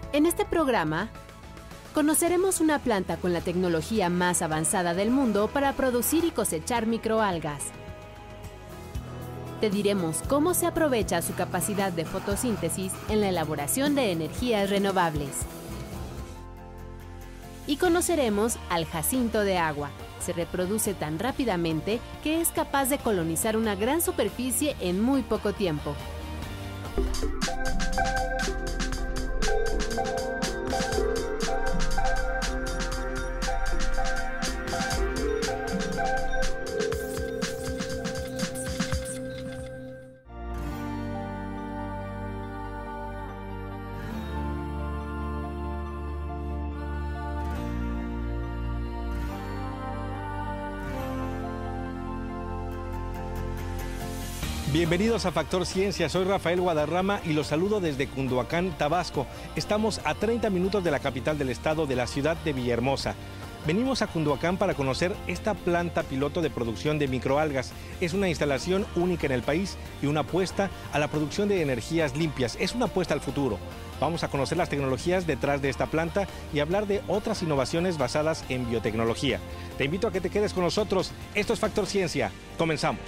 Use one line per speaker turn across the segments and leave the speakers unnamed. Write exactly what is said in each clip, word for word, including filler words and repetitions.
En este programa, conoceremos una planta con la tecnología más avanzada del mundo para producir y cosechar microalgas. Te diremos cómo se aprovecha su capacidad de fotosíntesis en la elaboración de energías renovables. Y conoceremos al jacinto de agua. Se reproduce tan rápidamente que es capaz de colonizar una gran superficie en muy poco tiempo.
Bienvenidos a Factor Ciencia, soy Rafael Guadarrama y los saludo desde Cunduacán, Tabasco. Estamos a treinta minutos de la capital del estado, de la ciudad de Villahermosa. Venimos a Cunduacán para conocer esta planta piloto de producción de microalgas. Es una instalación única en el país y una apuesta a la producción de energías limpias. Es una apuesta al futuro. Vamos a conocer las tecnologías detrás de esta planta y hablar de otras innovaciones basadas en biotecnología. Te invito a que te quedes con nosotros. Esto es Factor Ciencia. Comenzamos.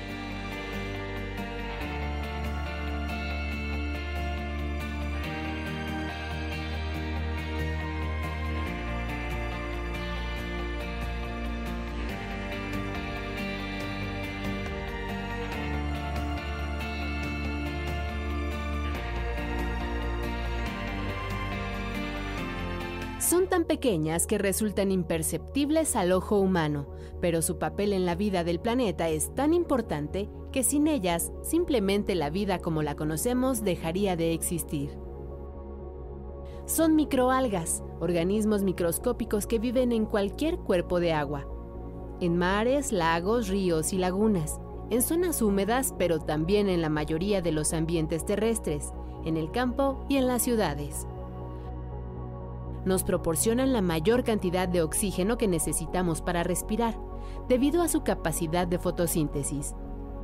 Son tan pequeñas que resultan imperceptibles al ojo humano, pero su papel en la vida del planeta es tan importante que sin ellas, simplemente la vida como la conocemos dejaría de existir. Son microalgas, organismos microscópicos que viven en cualquier cuerpo de agua, en mares, lagos, ríos y lagunas, en zonas húmedas, pero también en la mayoría de los ambientes terrestres, en el campo y en las ciudades. Nos proporcionan la mayor cantidad de oxígeno que necesitamos para respirar, debido a su capacidad de fotosíntesis.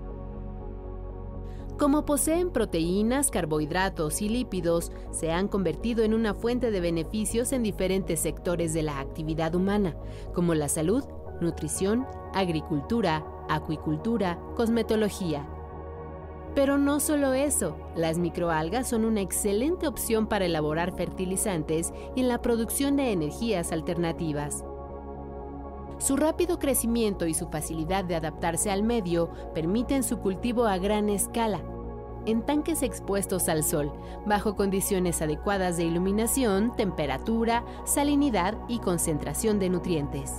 Como poseen proteínas, carbohidratos y lípidos, se han convertido en una fuente de beneficios en diferentes sectores de la actividad humana, como la salud, nutrición, agricultura, acuicultura, cosmetología. Pero no solo eso, las microalgas son una excelente opción para elaborar fertilizantes y en la producción de energías alternativas. Su rápido crecimiento y su facilidad de adaptarse al medio permiten su cultivo a gran escala, en tanques expuestos al sol, bajo condiciones adecuadas de iluminación, temperatura, salinidad y concentración de nutrientes.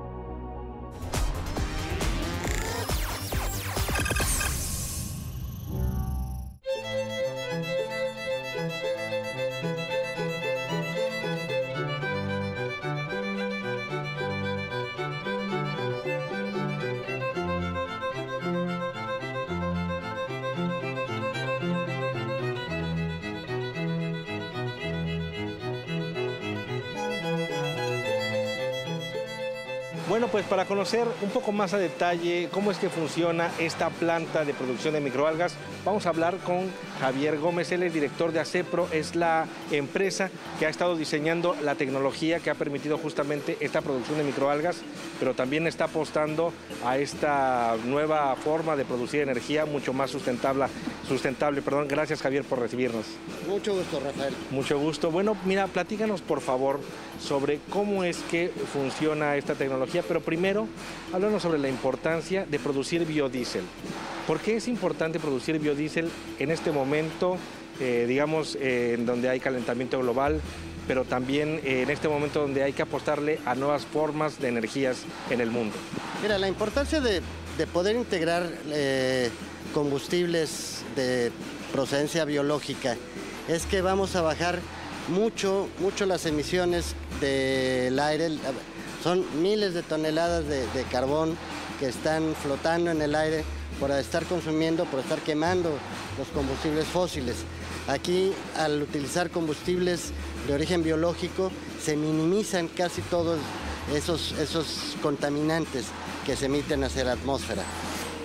Bueno, pues para conocer un poco más a detalle cómo es que funciona esta planta de producción de microalgas, vamos a hablar con Javier Gómez. Él es director de ACEPRO, es la empresa que ha estado diseñando la tecnología que ha permitido justamente esta producción de microalgas, pero también está apostando a esta nueva forma de producir energía mucho más sustentable. sustentable. Perdón. Gracias, Javier, por recibirnos.
Mucho gusto, Rafael.
Mucho gusto. Bueno, mira, platícanos, por favor, sobre cómo es que funciona esta tecnología, pero primero, háblanos sobre la importancia de producir biodiesel. ¿Por qué es importante producir biodiesel en este momento, eh, digamos, eh, en donde hay calentamiento global, pero también eh, en este momento donde hay que apostarle a nuevas formas de energías en el mundo?
Mira, la importancia de, de poder integrar eh, combustibles de procedencia biológica es que vamos a bajar mucho, mucho las emisiones del aire. Son miles de toneladas de, de carbón que están flotando en el aire por estar consumiendo, por estar quemando los combustibles fósiles. Aquí, al utilizar combustibles de origen biológico, se minimizan casi todos esos, esos contaminantes que se emiten hacia la atmósfera.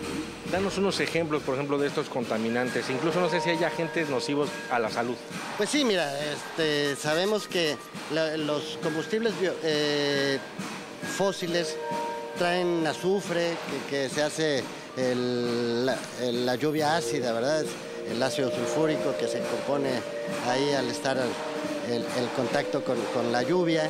Danos unos ejemplos, por ejemplo, de estos contaminantes. Incluso no sé si hay agentes nocivos a la salud.
Pues sí, mira, este, sabemos que la, los combustibles bio, eh, fósiles traen azufre, que, que se hace el, la, el, la lluvia ácida, ¿verdad? El ácido sulfúrico que se compone ahí al estar el, el contacto con, con la lluvia.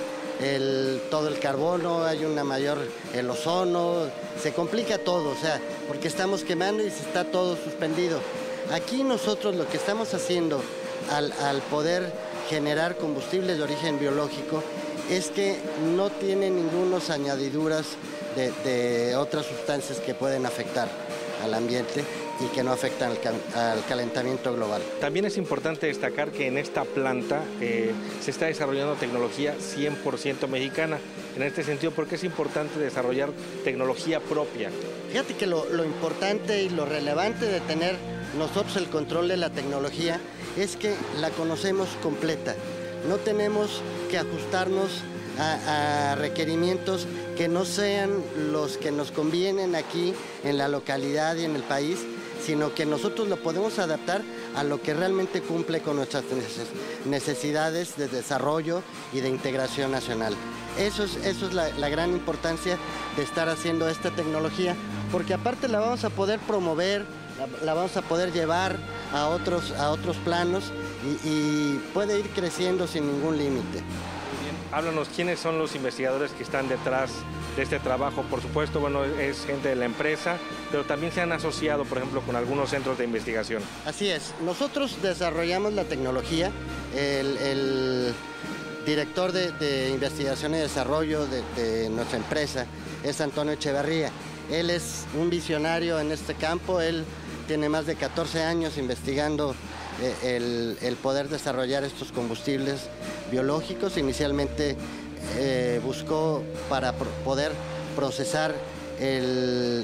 El, todo el carbono, hay una mayor, el ozono, se complica todo, o sea, porque estamos quemando y se está todo suspendido. Aquí nosotros lo que estamos haciendo al, al poder generar combustibles de origen biológico es que no tiene ningunas añadiduras de, de otras sustancias que pueden afectar al ambiente y que no afectan al, al calentamiento global.
También es importante destacar que en esta planta eh, se está desarrollando tecnología cien por ciento mexicana. En este sentido, ¿por qué es importante desarrollar tecnología propia?
Fíjate que lo, lo importante y lo relevante de tener nosotros el control de la tecnología es que la conocemos completa. No tenemos que ajustarnos a, a requerimientos que no sean los que nos convienen aquí en la localidad y en el país, sino que nosotros lo podemos adaptar a lo que realmente cumple con nuestras necesidades de desarrollo y de integración nacional. Eso es, eso es la, la gran importancia de estar haciendo esta tecnología, porque aparte la vamos a poder promover, la, la vamos a poder llevar a otros, a otros planos y, y puede ir creciendo sin ningún límite.
Háblanos, ¿quiénes son los investigadores que están detrás de este trabajo? Por supuesto, bueno, es gente de la empresa, pero también se han asociado, por ejemplo, con algunos centros de investigación.
Así es. Nosotros desarrollamos la tecnología. El, el director de, de investigación y desarrollo de, de nuestra empresa es Antonio Echeverría. Él es un visionario en este campo. Él tiene más de catorce años investigando El, el poder desarrollar estos combustibles biológicos. Inicialmente eh, buscó para pro poder procesar el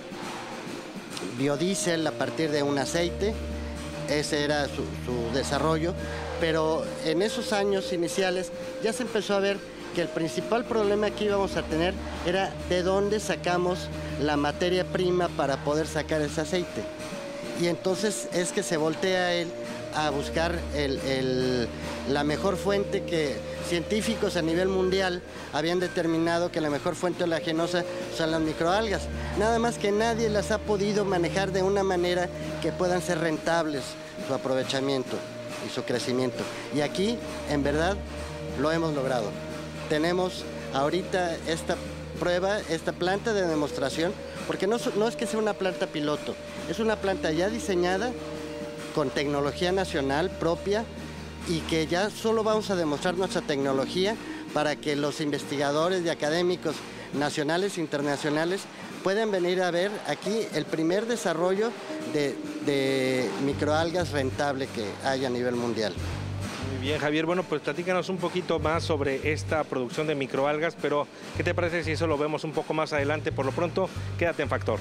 biodiesel a partir de un aceite. Ese era su, su desarrollo, pero en esos años iniciales ya se empezó a ver que el principal problema que íbamos a tener era de dónde sacamos la materia prima para poder sacar ese aceite. Y entonces es que se voltea él a buscar el, el, la mejor fuente, que científicos a nivel mundial habían determinado que la mejor fuente oleaginosa son las microalgas. Nada más que nadie las ha podido manejar de una manera que puedan ser rentables su aprovechamiento y su crecimiento. Y aquí, en verdad, lo hemos logrado. Tenemos ahorita esta prueba, esta planta de demostración, porque no, no es que sea una planta piloto, es una planta ya diseñada con tecnología nacional propia y que ya solo vamos a demostrar nuestra tecnología para que los investigadores y académicos nacionales e internacionales puedan venir a ver aquí el primer desarrollo de, de microalgas rentable que hay a nivel mundial.
Muy bien, Javier. Bueno, pues platícanos un poquito más sobre esta producción de microalgas, pero ¿qué te parece si eso lo vemos un poco más adelante? Por lo pronto, quédate en Factor.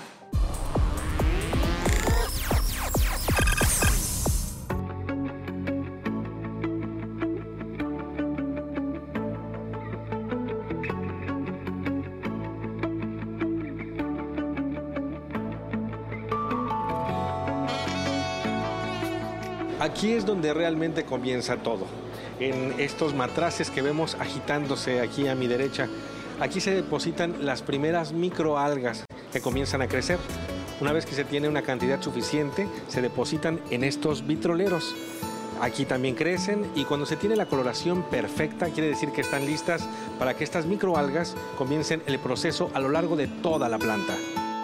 Aquí es donde realmente comienza todo, en estos matraces que vemos agitándose aquí a mi derecha. Aquí se depositan las primeras microalgas que comienzan a crecer. Una vez que se tiene una cantidad suficiente, se depositan en estos vitroleros. Aquí también crecen y cuando se tiene la coloración perfecta, quiere decir que están listas para que estas microalgas comiencen el proceso a lo largo de toda la planta.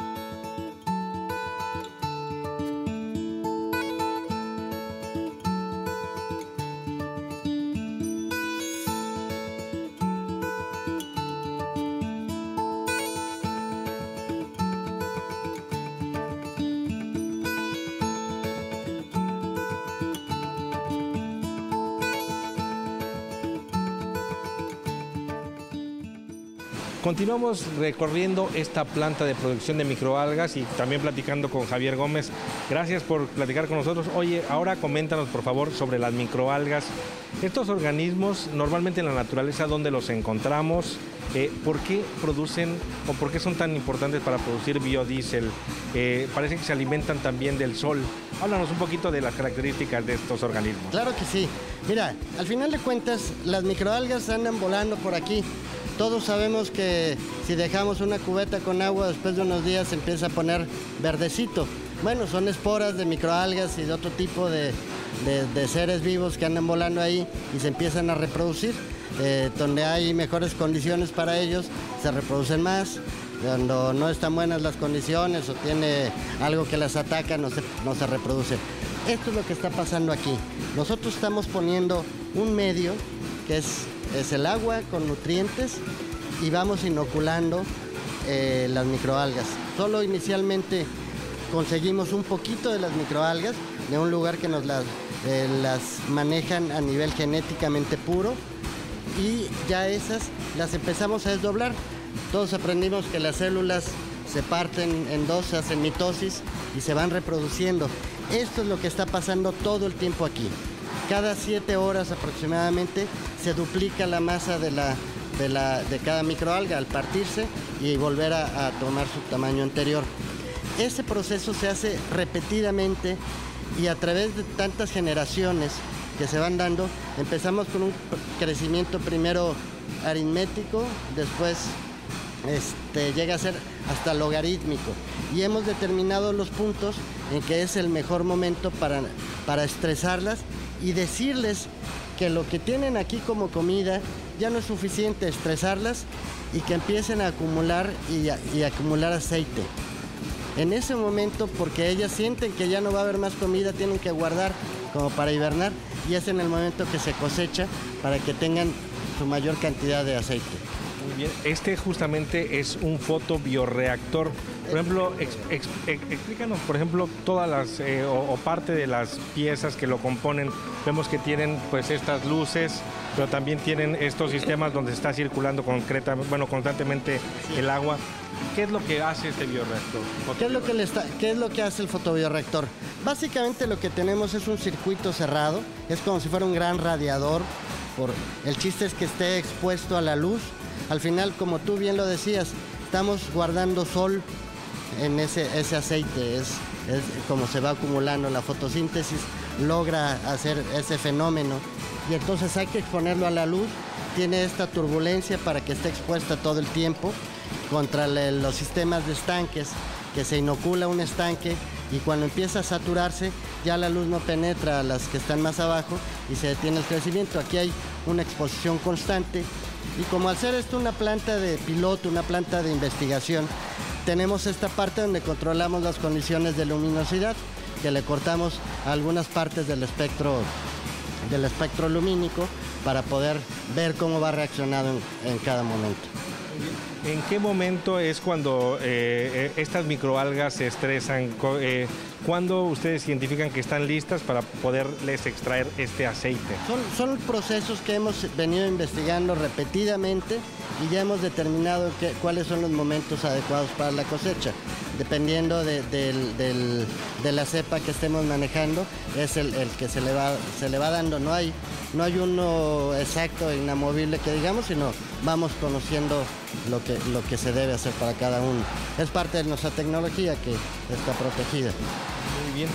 Continuamos recorriendo esta planta de producción de microalgas y también platicando con Javier Gómez. Gracias por platicar con nosotros. Oye, ahora coméntanos por favor sobre las microalgas. Estos organismos, normalmente en la naturaleza, ¿dónde los encontramos? Eh, ¿Por qué producen o por qué son tan importantes para producir biodiesel? Eh, parece que se alimentan también del sol. Háblanos un poquito de las características de estos organismos.
Claro que sí. Mira, al final de cuentas, las microalgas andan volando por aquí. Todos sabemos que si dejamos una cubeta con agua, después de unos días se empieza a poner verdecito. Bueno, son esporas de microalgas y de otro tipo de, de, de seres vivos que andan volando ahí y se empiezan a reproducir. Eh, donde hay mejores condiciones para ellos, se reproducen más. Cuando no están buenas las condiciones o tiene algo que las ataca, no se, no se reproduce. Esto es lo que está pasando aquí. Nosotros estamos poniendo un medio que es, es el agua con nutrientes y vamos inoculando eh, las microalgas. Solo inicialmente conseguimos un poquito de las microalgas de un lugar que nos las, eh, las manejan a nivel genéticamente puro y ya esas las empezamos a desdoblar. Todos aprendimos que las células se parten en dos, se hacen mitosis y se van reproduciendo. Esto es lo que está pasando todo el tiempo aquí. Cada siete horas aproximadamente se duplica la masa de, la, de, la, de cada microalga al partirse y volver a, a tomar su tamaño anterior. Ese proceso se hace repetidamente y a través de tantas generaciones que se van dando, empezamos con un crecimiento primero aritmético, después este, llega a ser hasta logarítmico y hemos determinado los puntos en que es el mejor momento para, para estresarlas y decirles que lo que tienen aquí como comida ya no es suficiente, estresarlas y que empiecen a acumular y, a, y a acumular aceite. En ese momento, porque ellas sienten que ya no va a haber más comida, tienen que guardar como para hibernar y es en el momento que se cosecha para que tengan su mayor cantidad de aceite.
Muy bien, este justamente es un fotobioreactor. Por ejemplo, ex, ex, ex, explícanos, por ejemplo, todas las eh, o, o parte de las piezas que lo componen. Vemos que tienen pues estas luces, pero también tienen estos sistemas donde está circulando concreta, bueno, constantemente sí. el agua. ¿Qué es lo que hace este bioreactor?
¿Qué es lo que, le está, ¿Qué es lo que hace el fotobioreactor? Básicamente lo que tenemos es un circuito cerrado, es como si fuera un gran radiador. Por, el chiste es que esté expuesto a la luz. Al final, como tú bien lo decías, estamos guardando sol en ese, ese aceite, es, es como se va acumulando. La fotosíntesis logra hacer ese fenómeno y entonces hay que exponerlo a la luz. Tiene esta turbulencia para que esté expuesta todo el tiempo contra le, los sistemas de estanques, que se inocula un estanque y cuando empieza a saturarse ya la luz no penetra a las que están más abajo y se detiene el crecimiento. Aquí hay una exposición constante y como al ser esto una planta de piloto, una planta de investigación, tenemos esta parte donde controlamos las condiciones de luminosidad, que le cortamos a algunas partes del espectro, del espectro lumínico para poder ver cómo va reaccionando en, en cada momento.
¿En qué momento es cuando eh, estas microalgas se estresan? Eh, ¿Cuándo ustedes identifican que están listas para poderles extraer este aceite?
Son, son procesos que hemos venido investigando repetidamente y ya hemos determinado que, cuáles son los momentos adecuados para la cosecha. Dependiendo de, de, de, de la cepa que estemos manejando, es el, el que se le, va, se le va dando. No hay, no hay uno exacto e inamovible que digamos, sino vamos conociendo lo que, lo que se debe hacer para cada uno. Es parte de nuestra tecnología que está protegida.
Muy bien.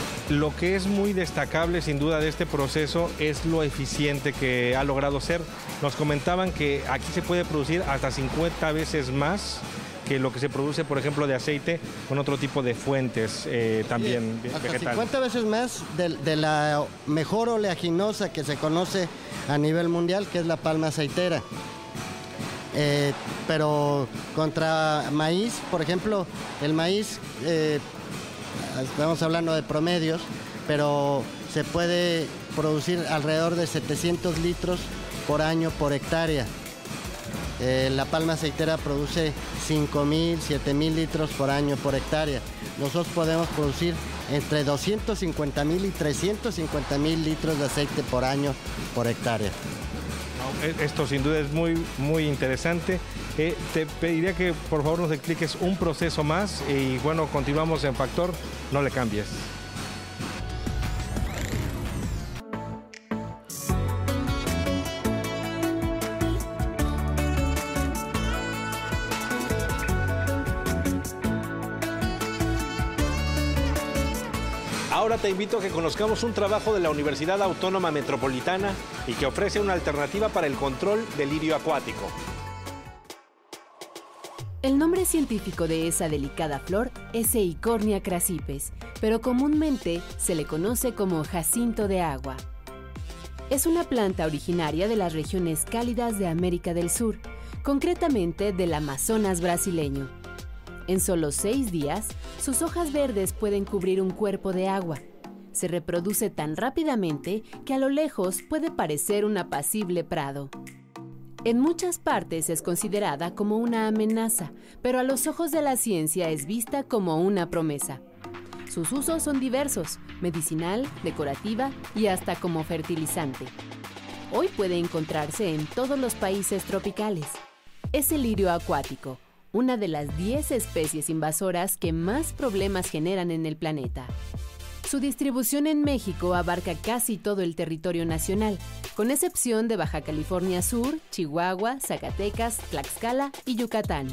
Lo que es muy destacable sin duda de este proceso es lo eficiente que ha logrado ser. Nos comentaban que aquí se puede producir hasta cincuenta veces más que lo que se produce, por ejemplo, de aceite con otro tipo de fuentes eh, también
sí,
vegetales.
Hasta cincuenta veces más de, de la mejor oleaginosa que se conoce a nivel mundial, que es la palma aceitera. Eh, pero contra maíz, por ejemplo, el maíz, eh, estamos hablando de promedios, pero se puede producir alrededor de setecientos litros por año por hectárea. Eh, la palma aceitera produce cinco mil, siete mil litros por año por hectárea. Nosotros podemos producir entre doscientos cincuenta mil y trescientos cincuenta mil litros de aceite por año por hectárea.
Esto sin duda es muy, muy interesante. Eh, te pediría que por favor nos expliques un proceso más y bueno, continuamos en Factor, no le cambies. Ahora te invito a que conozcamos un trabajo de la Universidad Autónoma Metropolitana y que ofrece una alternativa para el control del lirio acuático.
El nombre científico de esa delicada flor es Eichhornia crassipes, pero comúnmente se le conoce como jacinto de agua. Es una planta originaria de las regiones cálidas de América del Sur, concretamente del Amazonas brasileño. En solo seis días, sus hojas verdes pueden cubrir un cuerpo de agua. Se reproduce tan rápidamente que a lo lejos puede parecer un apacible prado. En muchas partes es considerada como una amenaza, pero a los ojos de la ciencia es vista como una promesa. Sus usos son diversos: medicinal, decorativa y hasta como fertilizante. Hoy puede encontrarse en todos los países tropicales. Es el lirio acuático, una de las diez especies invasoras que más problemas generan en el planeta. Su distribución en México abarca casi todo el territorio nacional, con excepción de Baja California Sur, Chihuahua, Zacatecas, Tlaxcala y Yucatán.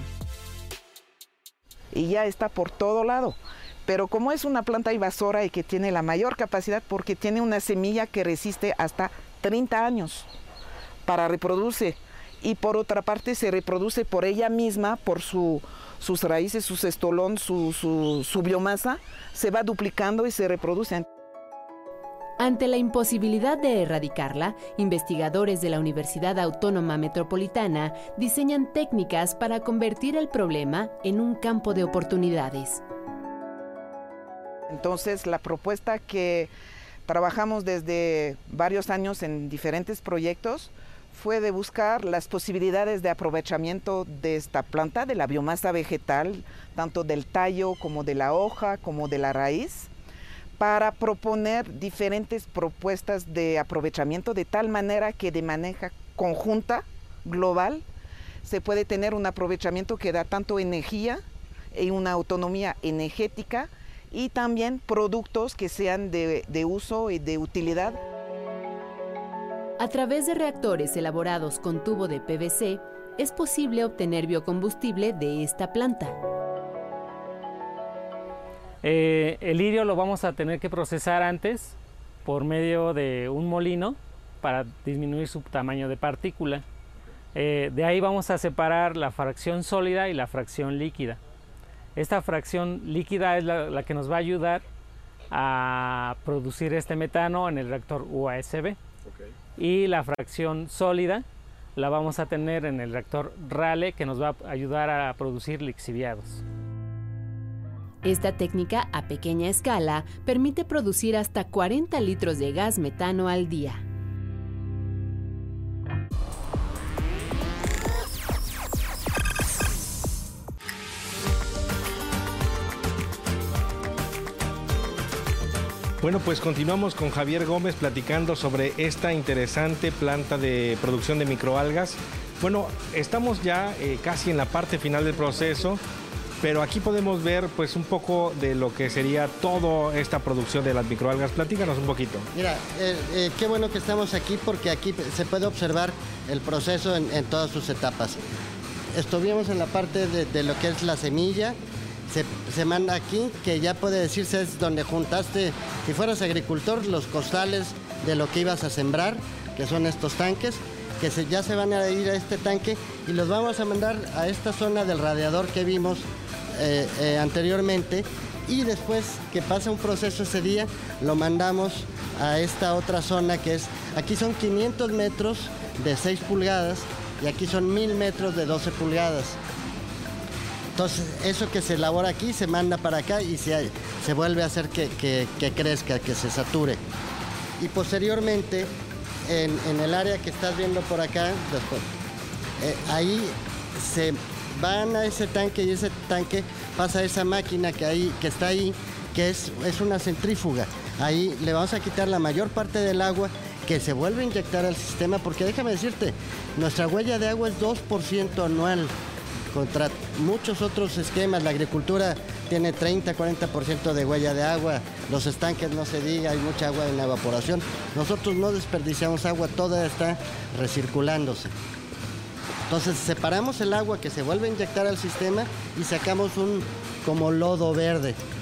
Y ya está por todo lado. Pero como es una planta invasora y que tiene la mayor capacidad porque tiene una semilla que resiste hasta treinta años para reproducirse, y por otra parte se reproduce por ella misma, por su, sus raíces, su estolón, su, su, su biomasa, se va duplicando y se reproduce.
Ante la imposibilidad de erradicarla, investigadores de la Universidad Autónoma Metropolitana diseñan técnicas para convertir el problema en un campo de oportunidades.
Entonces, la propuesta que trabajamos desde varios años en diferentes proyectos fue de buscar las posibilidades de aprovechamiento de esta planta, de la biomasa vegetal, tanto del tallo como de la hoja, como de la raíz, para proponer diferentes propuestas de aprovechamiento de tal manera que de manera conjunta, global, se puede tener un aprovechamiento que da tanto energía y una autonomía energética, y también productos que sean de, de uso y de utilidad.
A través de reactores elaborados con tubo de P V C, es posible obtener biocombustible de esta planta.
Eh, el lirio lo vamos a tener que procesar antes por medio de un molino para disminuir su tamaño de partícula. Eh, de ahí vamos a separar la fracción sólida y la fracción líquida. Esta fracción líquida es la, la que nos va a ayudar a producir este metano en el reactor U A S B. Okay. Y la fracción sólida la vamos a tener en el reactor Rale, que nos va a ayudar a producir lixiviados.
Esta técnica a pequeña escala permite producir hasta cuarenta litros de gas metano al día.
Bueno, pues continuamos con Javier Gómez platicando sobre esta interesante planta de producción de microalgas. Bueno, estamos ya eh, casi en la parte final del proceso, pero aquí podemos ver pues un poco de lo que sería toda esta producción de las microalgas. Platícanos un poquito.
Mira, eh, eh, qué bueno que estamos aquí, porque aquí se puede observar el proceso en, en todas sus etapas. Estuvimos en la parte de, de lo que es la semilla. Se, se manda aquí, que ya puede decirse es donde juntaste, si fueras agricultor, los costales de lo que ibas a sembrar, que son estos tanques, que se, ya se van a ir a este tanque y los vamos a mandar a esta zona del radiador que vimos eh, eh, anteriormente, y después que pasa un proceso ese día, lo mandamos a esta otra zona que es, aquí son quinientos metros de seis pulgadas y aquí son mil metros de doce pulgadas. Entonces, eso que se elabora aquí se manda para acá y se, se vuelve a hacer que, que, que crezca, que se sature. Y posteriormente, en, en el área que estás viendo por acá, después, eh, ahí se van a ese tanque y ese tanque pasa a esa máquina que, ahí, que está ahí, que es, es una centrífuga. Ahí le vamos a quitar la mayor parte del agua que se vuelve a inyectar al sistema, porque déjame decirte, nuestra huella de agua es dos por ciento anual. Contra muchos otros esquemas, la agricultura tiene treinta, cuarenta por ciento de huella de agua, los estanques no se diga, hay mucha agua en la evaporación. Nosotros no desperdiciamos agua, toda está recirculándose. Entonces separamos el agua que se vuelve a inyectar al sistema y sacamos un como lodo verde.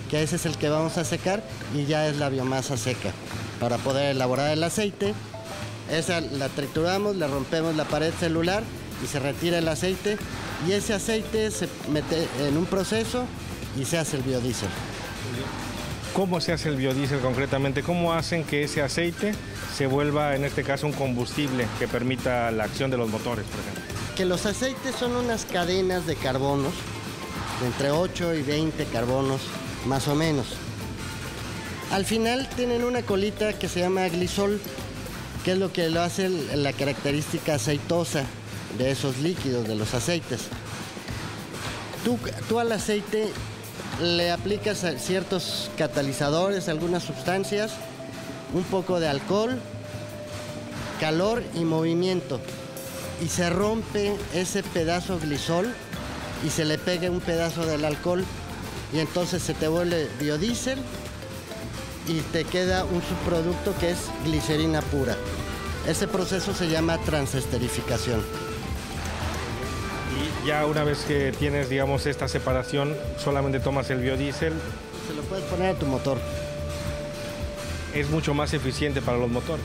que ese es el que vamos a secar y ya es la biomasa seca para poder elaborar el aceite. Esa la trituramos, le rompemos la pared celular y se retira el aceite y ese aceite se mete en un proceso y se hace el biodiesel.
¿Cómo se hace el biodiesel concretamente? ¿Cómo hacen que ese aceite se vuelva, en este caso, un combustible que permita la acción de los motores, por ejemplo?
Que los aceites son unas cadenas de carbonos, de entre ocho y veinte carbonos, más o menos. Al final tienen una colita que se llama glisol, que es lo que lo hace la característica aceitosa de esos líquidos, de los aceites. Tú, tú al aceite le aplicas ciertos catalizadores, algunas sustancias, un poco de alcohol, calor y movimiento. Y se rompe ese pedazo glisol y se le pega un pedazo del alcohol y entonces se te vuelve biodiesel y te queda un subproducto que es glicerina pura. Ese proceso se llama transesterificación.
Y ya una vez que tienes, digamos, esta separación, solamente tomas el biodiesel.
Se lo puedes poner a tu motor.
Es mucho más eficiente para los motores.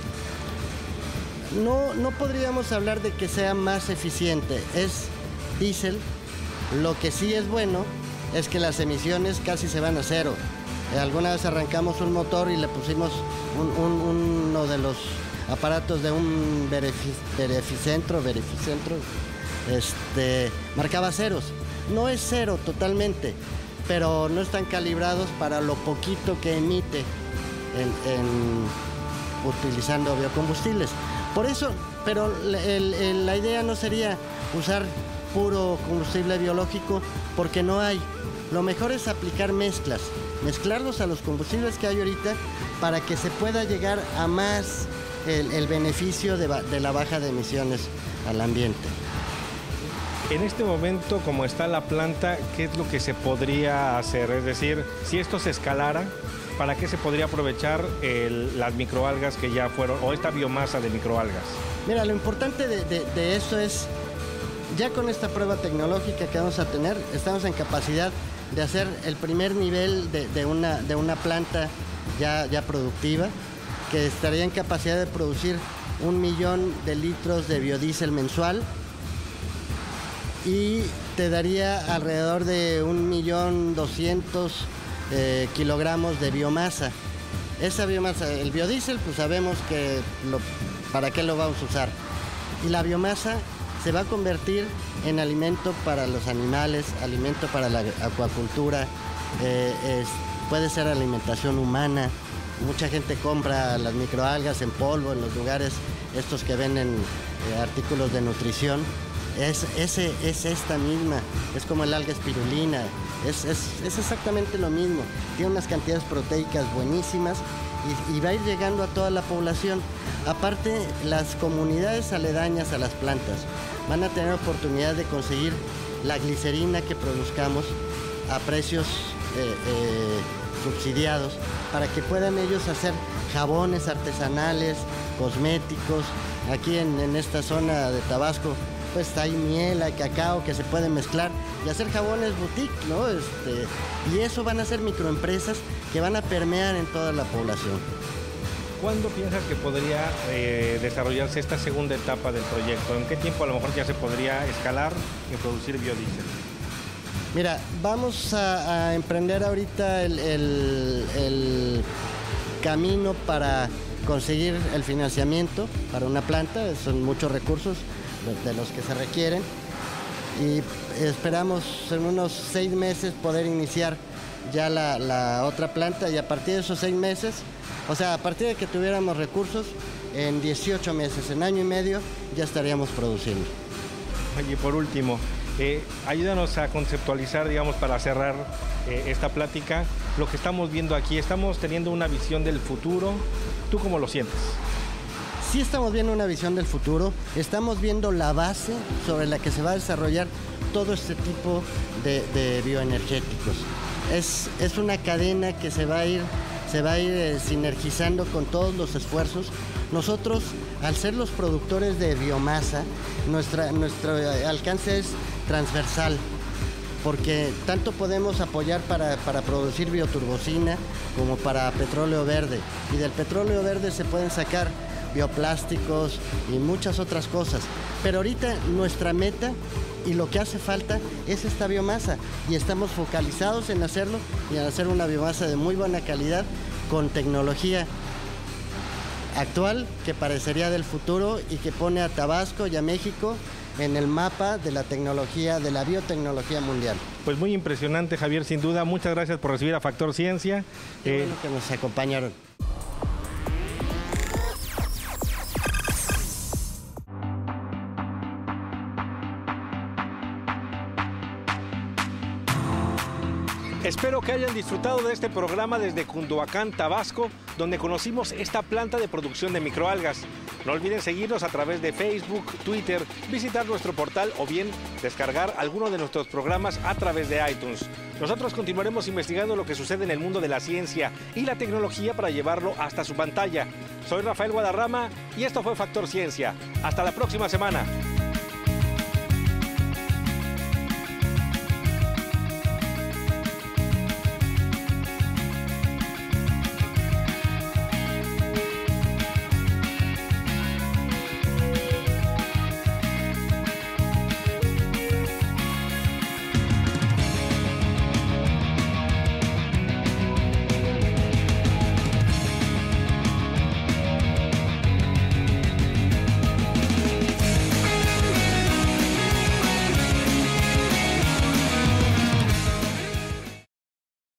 No, no podríamos hablar de que sea más eficiente. Es diésel. Lo que sí es bueno es que las emisiones casi se van a cero. Alguna vez arrancamos un motor y le pusimos un, un, uno de los aparatos de un verificentro, verificentro, este, marcaba ceros. No es cero totalmente, pero no están calibrados para lo poquito que emite en, en, utilizando biocombustibles. Por eso, pero el, el, la idea no sería usar puro combustible biológico porque no hay. Lo mejor es aplicar mezclas, mezclarlos a los combustibles que hay ahorita para que se pueda llegar a más el, el beneficio de, de la baja de emisiones al ambiente.
En este momento, como está la planta, ¿qué es lo que se podría hacer? Es decir, si esto se escalara, ¿para qué se podría aprovechar el, las microalgas que ya fueron, o esta biomasa de microalgas?
Mira, lo importante de, de, de eso es, ya con esta prueba tecnológica que vamos a tener, estamos en capacidad de hacer el primer nivel de, de, una, de una planta ya, ya productiva, que estaría en capacidad de producir un millón de litros de biodiesel mensual y te daría alrededor de un millón doscientos eh, kilogramos de biomasa. Esa biomasa, el biodiesel, pues sabemos que lo, para qué lo vamos a usar. Y la biomasa se va a convertir en alimento para los animales, alimento para la acuacultura, eh, es, puede ser alimentación humana. Mucha gente compra las microalgas en polvo en los lugares estos que venden eh, artículos de nutrición. Es, ese, es esta misma, es como el alga espirulina, es, es, es exactamente lo mismo. Tiene unas cantidades proteicas buenísimas y, y va a ir llegando a toda la población. Aparte, las comunidades aledañas a las plantas van a tener oportunidad de conseguir la glicerina que produzcamos a precios eh, eh, subsidiados para que puedan ellos hacer jabones artesanales, cosméticos. Aquí en, en esta zona de Tabasco pues hay miel, hay cacao que se pueden mezclar y hacer jabones boutique, ¿no? Este, y eso van a ser microempresas que van a permear en toda la población.
¿Cuándo piensas que podría eh, desarrollarse esta segunda etapa del proyecto? ¿En qué tiempo a lo mejor ya se podría escalar y producir biodiesel?
Mira, vamos a, a emprender ahorita el, el, el camino para conseguir el financiamiento para una planta. Son muchos recursos de los que se requieren y esperamos en unos seis meses poder iniciar ya la, la otra planta y a partir de esos seis meses, o sea, a partir de que tuviéramos recursos, en dieciocho meses, en año y medio, ya estaríamos produciendo.
Oye, por último, eh, ayúdanos a conceptualizar, digamos, para cerrar eh, esta plática, lo que estamos viendo aquí. Estamos teniendo una visión del futuro. ¿Tú cómo lo sientes?
Sí estamos viendo una visión del futuro, estamos viendo la base sobre la que se va a desarrollar todo este tipo de, de bioenergéticos. Es, es una cadena que se va a ir, se va a ir eh, sinergizando con todos los esfuerzos. Nosotros, al ser los productores de biomasa, nuestra, nuestro alcance es transversal. porque tanto podemos apoyar para, para producir bioturbocina como para petróleo verde. Y del petróleo verde se pueden sacar bioplásticos y muchas otras cosas. Pero ahorita nuestra meta y lo que hace falta es esta biomasa, y estamos focalizados en hacerlo y en hacer una biomasa de muy buena calidad con tecnología actual que parecería del futuro y que pone a Tabasco y a México en el mapa de la tecnología, de la biotecnología mundial.
Pues muy impresionante, Javier, sin duda. Muchas gracias por recibir a Factor Ciencia.
Qué
Eh,
bueno que nos acompañaron.
Espero que hayan disfrutado de este programa desde Cunduacán, Tabasco, donde conocimos esta planta de producción de microalgas. No olviden seguirnos a través de Facebook, Twitter, visitar nuestro portal o bien descargar alguno de nuestros programas a través de iTunes. Nosotros continuaremos investigando lo que sucede en el mundo de la ciencia y la tecnología para llevarlo hasta su pantalla. Soy Rafael Guadarrama y esto fue Factor Ciencia. Hasta la próxima semana.